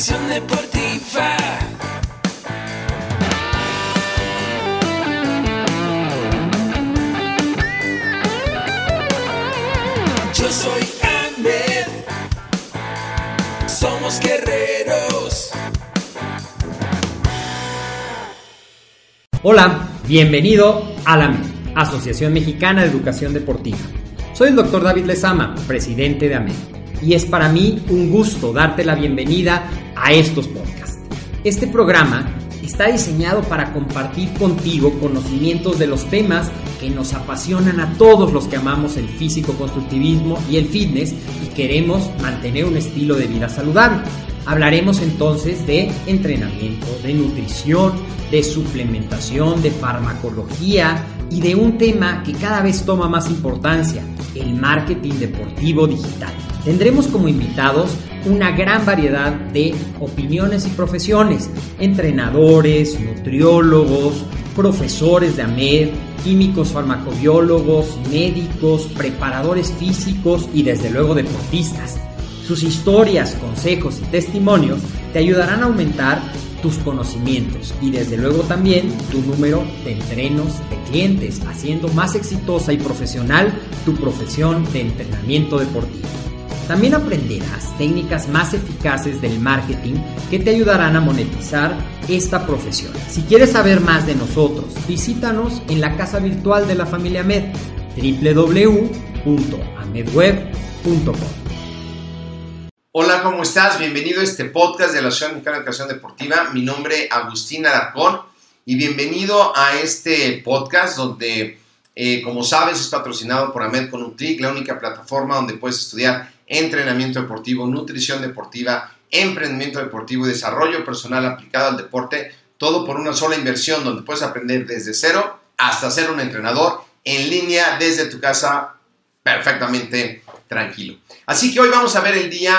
Educación deportiva. Yo soy Ahmed. Somos guerreros. Hola, bienvenido a la Asociación Mexicana de Educación Deportiva. Soy el Dr. David Lezama, presidente de AMED, y es para mí un gusto darte la bienvenida a estos podcasts. Este programa está diseñado para compartir contigo conocimientos de los temas que nos apasionan a todos los que amamos el físico-constructivismo y el fitness y queremos mantener un estilo de vida saludable. Hablaremos entonces de entrenamiento, de nutrición, de suplementación, de farmacología y de un tema que cada vez toma más importancia, el marketing deportivo digital. Tendremos como invitados una gran variedad de opiniones y profesiones, entrenadores, nutriólogos, profesores de AMED, químicos farmacobiólogos, médicos, preparadores físicos y desde luego deportistas. Sus historias, consejos y testimonios te ayudarán a aumentar tus conocimientos y desde luego también tu número de entrenos de clientes, haciendo más exitosa y profesional tu profesión de entrenamiento deportivo. También aprenderás técnicas más eficaces del marketing que te ayudarán a monetizar esta profesión. Si quieres saber más de nosotros, visítanos en la casa virtual de la familia AMED, www.amedweb.com. Hola, ¿cómo estás? Bienvenido a este podcast de la Asociación Mexicana de Educación Deportiva. Mi nombre es Agustín Alarcón y bienvenido a este podcast donde, como sabes, es patrocinado por AMED con un clic, la única plataforma donde puedes estudiar entrenamiento deportivo, nutrición deportiva, emprendimiento deportivo y desarrollo personal aplicado al deporte, todo por una sola inversión donde puedes aprender desde cero hasta ser un entrenador en línea desde tu casa perfectamente tranquilo. Así que hoy vamos a ver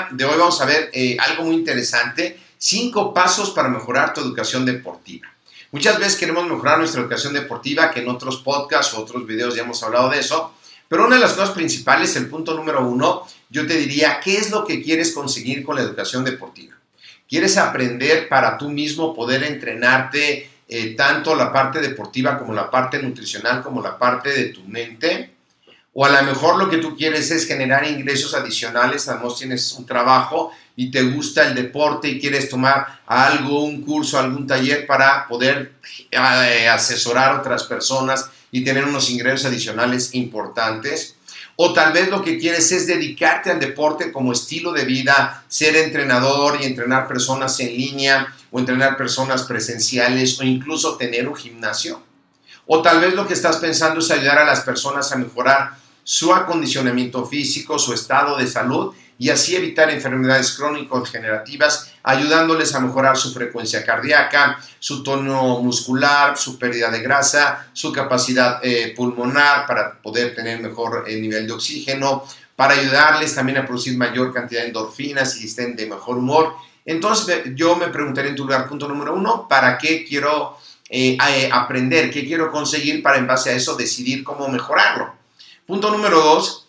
algo muy interesante, 5 pasos para mejorar tu educación deportiva. Muchas veces queremos mejorar nuestra educación deportiva, que en otros podcasts o otros videos ya hemos hablado de eso, pero una de las cosas principales, el punto número 1, yo te diría, ¿qué es lo que quieres conseguir con la educación deportiva? ¿Quieres aprender para tú mismo poder entrenarte tanto la parte deportiva como la parte nutricional como la parte de tu mente? O a lo mejor lo que tú quieres es generar ingresos adicionales, además tienes un trabajo y te gusta el deporte y quieres tomar algo, un curso, algún taller para poder asesorar a otras personas y tener unos ingresos adicionales importantes. O tal vez lo que quieres es dedicarte al deporte como estilo de vida, ser entrenador y entrenar personas en línea o entrenar personas presenciales o incluso tener un gimnasio. O tal vez lo que estás pensando es ayudar a las personas a mejorar su acondicionamiento físico, su estado de salud y así evitar enfermedades crónico-degenerativas, ayudándoles a mejorar su frecuencia cardíaca, su tono muscular, su pérdida de grasa, su capacidad pulmonar para poder tener mejor nivel de oxígeno, para ayudarles también a producir mayor cantidad de endorfinas y estén de mejor humor. Entonces yo me preguntaría en tu lugar, punto número 1, ¿para qué quiero aprender? ¿Qué quiero conseguir para en base a eso decidir cómo mejorarlo? Punto número 2,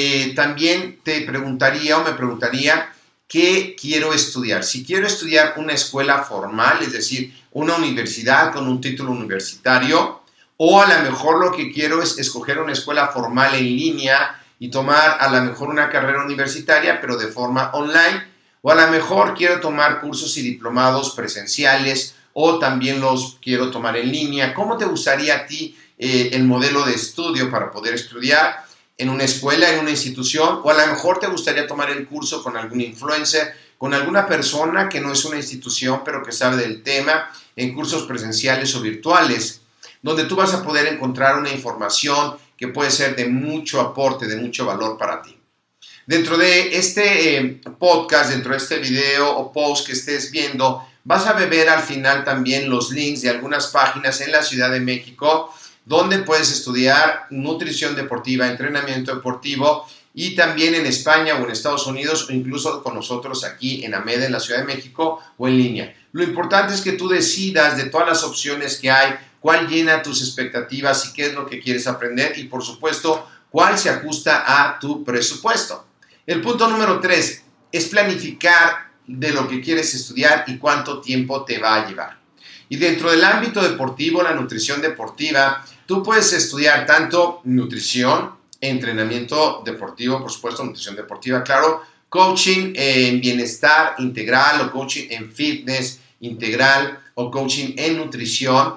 también me preguntaría qué quiero estudiar. Si quiero estudiar una escuela formal, es decir, una universidad con un título universitario, o a lo mejor lo que quiero es escoger una escuela formal en línea y tomar a lo mejor una carrera universitaria, pero de forma online, o a lo mejor quiero tomar cursos y diplomados presenciales, o también los quiero tomar en línea. ¿Cómo te gustaría a ti el modelo de estudio para poder estudiar en una escuela, en una institución? O a lo mejor te gustaría tomar el curso con algún influencer, con alguna persona que no es una institución, pero que sabe del tema, en cursos presenciales o virtuales, donde tú vas a poder encontrar una información que puede ser de mucho aporte, de mucho valor para ti. Dentro de este podcast, dentro de este video o post que estés viendo, vas a ver al final también los links de algunas páginas en la Ciudad de México donde puedes estudiar nutrición deportiva, entrenamiento deportivo y también en España o en Estados Unidos o incluso con nosotros aquí en AMED en la Ciudad de México o en línea. Lo importante es que tú decidas de todas las opciones que hay, cuál llena tus expectativas y qué es lo que quieres aprender y por supuesto cuál se ajusta a tu presupuesto. El punto número 3 es planificar de lo que quieres estudiar y cuánto tiempo te va a llevar. Y dentro del ámbito deportivo, la nutrición deportiva, tú puedes estudiar tanto nutrición, entrenamiento deportivo, por supuesto, nutrición deportiva, claro, coaching en bienestar integral o coaching en fitness integral o coaching en nutrición.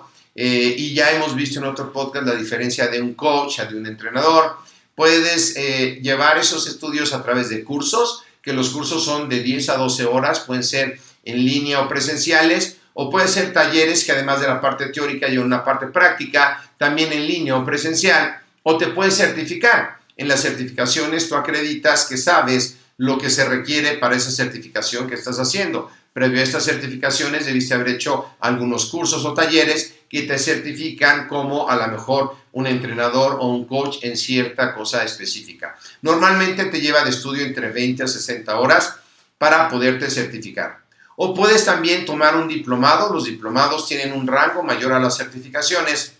Y ya hemos visto en otro podcast la diferencia de un coach a de un entrenador. Puedes llevar esos estudios a través de cursos, que los cursos son de 10 a 12 horas, pueden ser en línea o presenciales, o pueden ser talleres que además de la parte teórica y una parte práctica, también en línea o presencial, o te puedes certificar. En las certificaciones tú acreditas que sabes lo que se requiere para esa certificación que estás haciendo. Previo a estas certificaciones debiste haber hecho algunos cursos o talleres que te certifican como a lo mejor un entrenador o un coach en cierta cosa específica. Normalmente te lleva de estudio entre 20 a 60 horas para poderte certificar. O puedes también tomar un diplomado. Los diplomados tienen un rango mayor a las certificaciones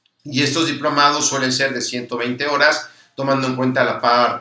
y estos diplomados suelen ser de 120 horas, tomando en cuenta la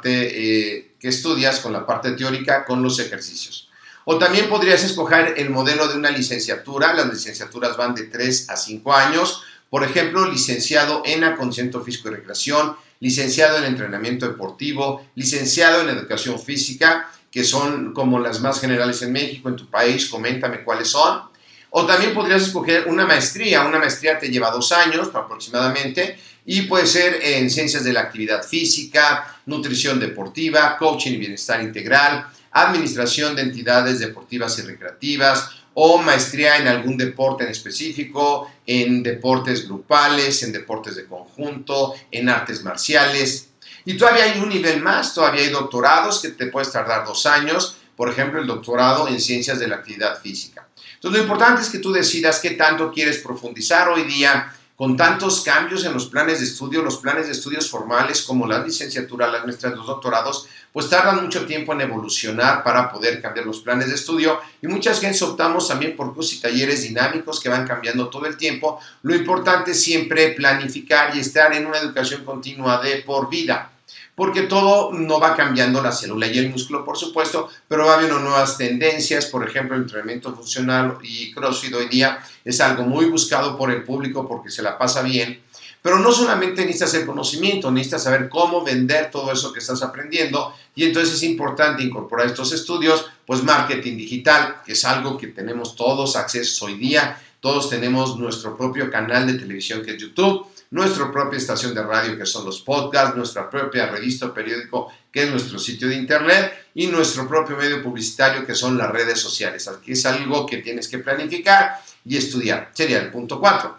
parte que estudias con la parte teórica, con los ejercicios. O también podrías escoger el modelo de una licenciatura. Las licenciaturas van de 3 a 5 años. Por ejemplo, licenciado en acondicionamiento físico y recreación, licenciado en entrenamiento deportivo, licenciado en educación física, que son como las más generales en México, en tu país, coméntame cuáles son. O también podrías escoger una maestría. Una maestría te lleva 2 años aproximadamente y puede ser en ciencias de la actividad física, nutrición deportiva, coaching y bienestar integral, administración de entidades deportivas y recreativas, o maestría en algún deporte en específico, en deportes grupales, en deportes de conjunto, en artes marciales. Y todavía hay un nivel más, todavía hay doctorados que te puedes tardar 2 años, por ejemplo, el doctorado en ciencias de la actividad física. Entonces, lo importante es que tú decidas qué tanto quieres profundizar hoy día. Con tantos cambios en los planes de estudio, los planes de estudios formales como las licenciaturas, las maestrías, los doctorados, pues tardan mucho tiempo en evolucionar para poder cambiar los planes de estudio y muchas veces optamos también por cursos y talleres dinámicos que van cambiando todo el tiempo. Lo importante es siempre planificar y estar en una educación continua de por vida, porque todo no va cambiando, la célula y el músculo, por supuesto, pero va habiendo nuevas tendencias. Por ejemplo, el entrenamiento funcional y CrossFit hoy día es algo muy buscado por el público porque se la pasa bien, pero no solamente necesitas el conocimiento, necesitas saber cómo vender todo eso que estás aprendiendo, y entonces es importante incorporar estos estudios, pues marketing digital, que es algo que tenemos todos acceso hoy día. Todos tenemos nuestro propio canal de televisión que es YouTube, nuestra propia estación de radio que son los podcasts, nuestra propia revista o periódico que es nuestro sitio de internet y nuestro propio medio publicitario que son las redes sociales. Aquí es algo que tienes que planificar y estudiar. Sería el punto 4.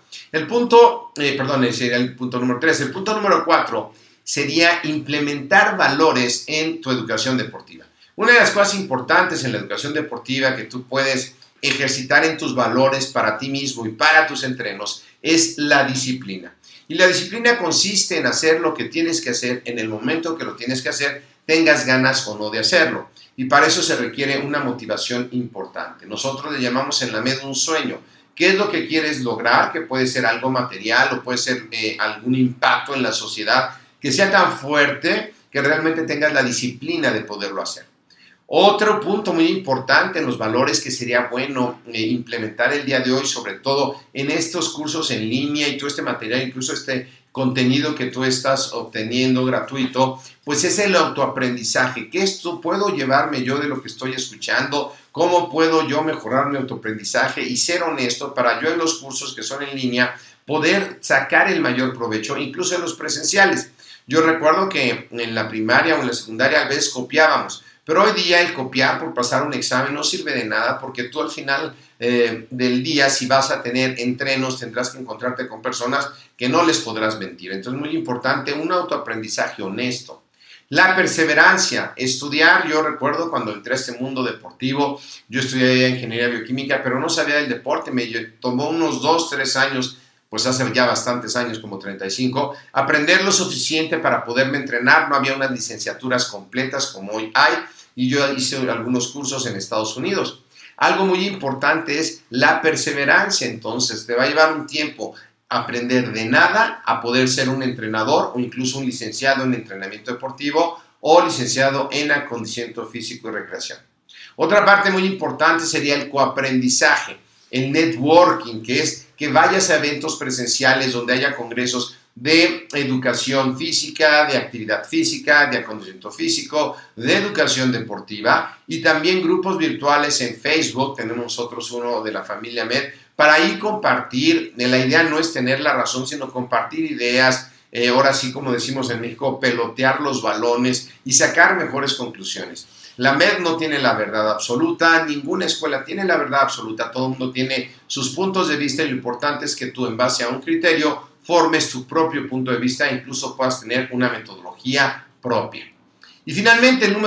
Sería el punto número 3. El punto número 4 sería implementar valores en tu educación deportiva. Una de las cosas importantes en la educación deportiva que tú puedes ejercitar en tus valores para ti mismo y para tus entrenos es la disciplina. Y la disciplina consiste en hacer lo que tienes que hacer en el momento que lo tienes que hacer, tengas ganas o no de hacerlo. Y para eso se requiere una motivación importante. Nosotros le llamamos en la MED un sueño. ¿Qué es lo que quieres lograr? Que puede ser algo material o puede ser algún impacto en la sociedad que sea tan fuerte que realmente tengas la disciplina de poderlo hacer. Otro punto muy importante en los valores que sería bueno implementar el día de hoy, sobre todo en estos cursos en línea y todo este material, incluso este contenido que tú estás obteniendo gratuito, pues es el autoaprendizaje. ¿Qué esto puedo llevarme yo de lo que estoy escuchando? ¿Cómo puedo yo mejorar mi autoaprendizaje y ser honesto para yo en los cursos que son en línea poder sacar el mayor provecho, incluso en los presenciales? Yo recuerdo que en la primaria o en la secundaria a veces copiábamos, pero hoy día el copiar por pasar un examen no sirve de nada porque tú al final del día, si vas a tener entrenos, tendrás que encontrarte con personas que no les podrás mentir. Entonces es muy importante un autoaprendizaje honesto. La perseverancia, estudiar. Yo recuerdo cuando entré a este mundo deportivo, yo estudié ingeniería bioquímica, pero no sabía del deporte. Me tomó unos 2-3 años, pues hace ya bastantes años, como 35, aprender lo suficiente para poderme entrenar. No había unas licenciaturas completas como hoy hay, y yo hice algunos cursos en Estados Unidos. Algo muy importante es la perseverancia. Entonces te va a llevar un tiempo aprender de nada a poder ser un entrenador o incluso un licenciado en entrenamiento deportivo o licenciado en acondicionamiento físico y recreación. Otra parte muy importante sería el coaprendizaje, el networking, que es que vayas a eventos presenciales donde haya congresos de educación física, de actividad física, de acondicionamiento físico, de educación deportiva y también grupos virtuales en Facebook. Tenemos nosotros uno de la familia Med para ahí compartir. La idea no es tener la razón, sino compartir ideas, ahora sí, como decimos en México, pelotear los balones y sacar mejores conclusiones. La MED no tiene la verdad absoluta, ninguna escuela tiene la verdad absoluta, todo el mundo tiene sus puntos de vista y lo importante es que tú en base a un criterio formes tu propio punto de vista e incluso puedas tener una metodología propia. Y finalmente el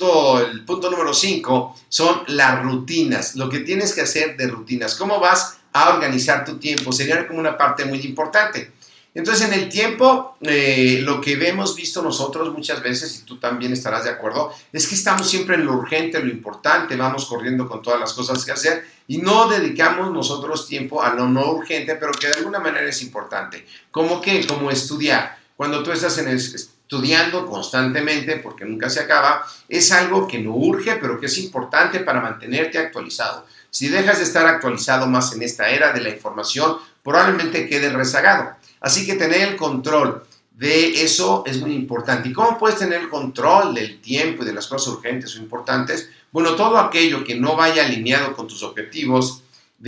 punto número 5 son las rutinas, lo que tienes que hacer de rutinas, cómo vas a organizar tu tiempo, sería como una parte muy importante. Entonces, en el tiempo, lo que hemos visto nosotros muchas veces, y tú también estarás de acuerdo, es que estamos siempre en lo urgente, lo importante, vamos corriendo con todas las cosas que hacer y no dedicamos nosotros tiempo a lo no urgente, pero que de alguna manera es importante. ¿Cómo qué? Como estudiar. Cuando tú estás estudiando constantemente, porque nunca se acaba, es algo que no urge, pero que es importante para mantenerte actualizado. Si dejas de estar actualizado más en esta era de la información, probablemente quedes rezagado. Así que tener el control de eso es muy importante. ¿Y cómo puedes tener el control del tiempo y de las cosas urgentes o importantes? Bueno, todo aquello que no vaya alineado con tus objetivos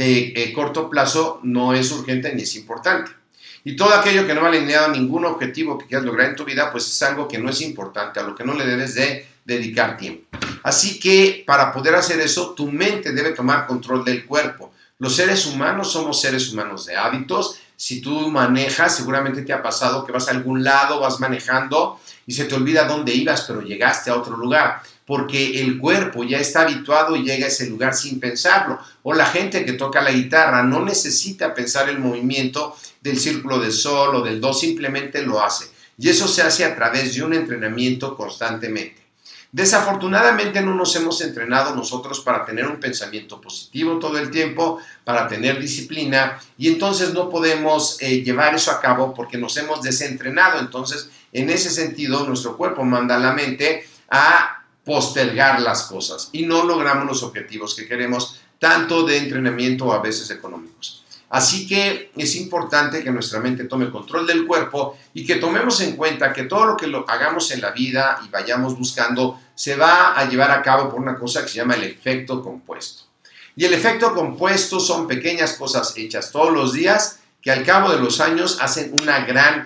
de corto plazo no es urgente ni es importante. Y todo aquello que no va alineado a ningún objetivo que quieras lograr en tu vida, pues es algo que no es importante, a lo que no le debes de dedicar tiempo. Así que para poder hacer eso, tu mente debe tomar control del cuerpo. Los seres humanos somos seres humanos de hábitos. Si tú manejas, seguramente te ha pasado que vas a algún lado, vas manejando y se te olvida dónde ibas, pero llegaste a otro lugar, porque el cuerpo ya está habituado y llega a ese lugar sin pensarlo. O la gente que toca la guitarra no necesita pensar el movimiento del círculo del sol o del do, simplemente lo hace. Y eso se hace a través de un entrenamiento constantemente. Desafortunadamente no nos hemos entrenado nosotros para tener un pensamiento positivo todo el tiempo, para tener disciplina y entonces no podemos llevar eso a cabo porque nos hemos desentrenado. Entonces, en ese sentido, nuestro cuerpo manda a la mente a postergar las cosas y no logramos los objetivos que queremos, tanto de entrenamiento o a veces económicos. Así que es importante que nuestra mente tome control del cuerpo y que tomemos en cuenta que todo lo que hagamos en la vida y vayamos buscando se va a llevar a cabo por una cosa que se llama el efecto compuesto. Y el efecto compuesto son pequeñas cosas hechas todos los días que al cabo de los años hacen una gran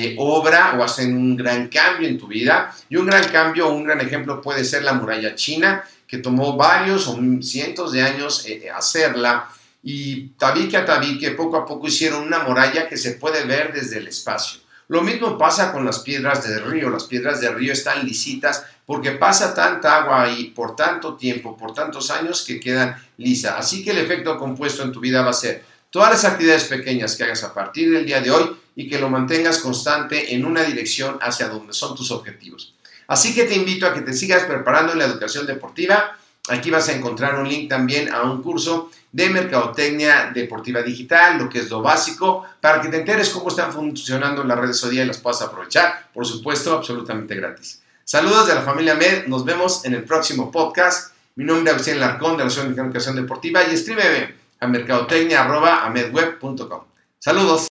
obra o hacen un gran cambio en tu vida. Y un gran cambio o un gran ejemplo puede ser la muralla china, que tomó varios o cientos de años hacerla. Y tabique a tabique, poco a poco hicieron una muralla que se puede ver desde el espacio. Lo mismo pasa con las piedras del río. Las piedras del río están lisitas porque pasa tanta agua ahí por tanto tiempo, por tantos años que quedan lisas. Así que el efecto compuesto en tu vida va a ser todas las actividades pequeñas que hagas a partir del día de hoy y que lo mantengas constante en una dirección hacia donde son tus objetivos. Así que te invito a que te sigas preparando en la educación deportiva. Aquí vas a encontrar un link también a un curso de mercadotecnia deportiva digital, lo que es lo básico, para que te enteres cómo están funcionando las redes sociales y las puedas aprovechar, por supuesto, absolutamente gratis. Saludos de la familia Med, nos vemos en el próximo podcast. Mi nombre es Agustín Larcón de la Asociación Mexicana de Educación Deportiva y escríbeme a mercadotecnia@amedweb.com. Saludos.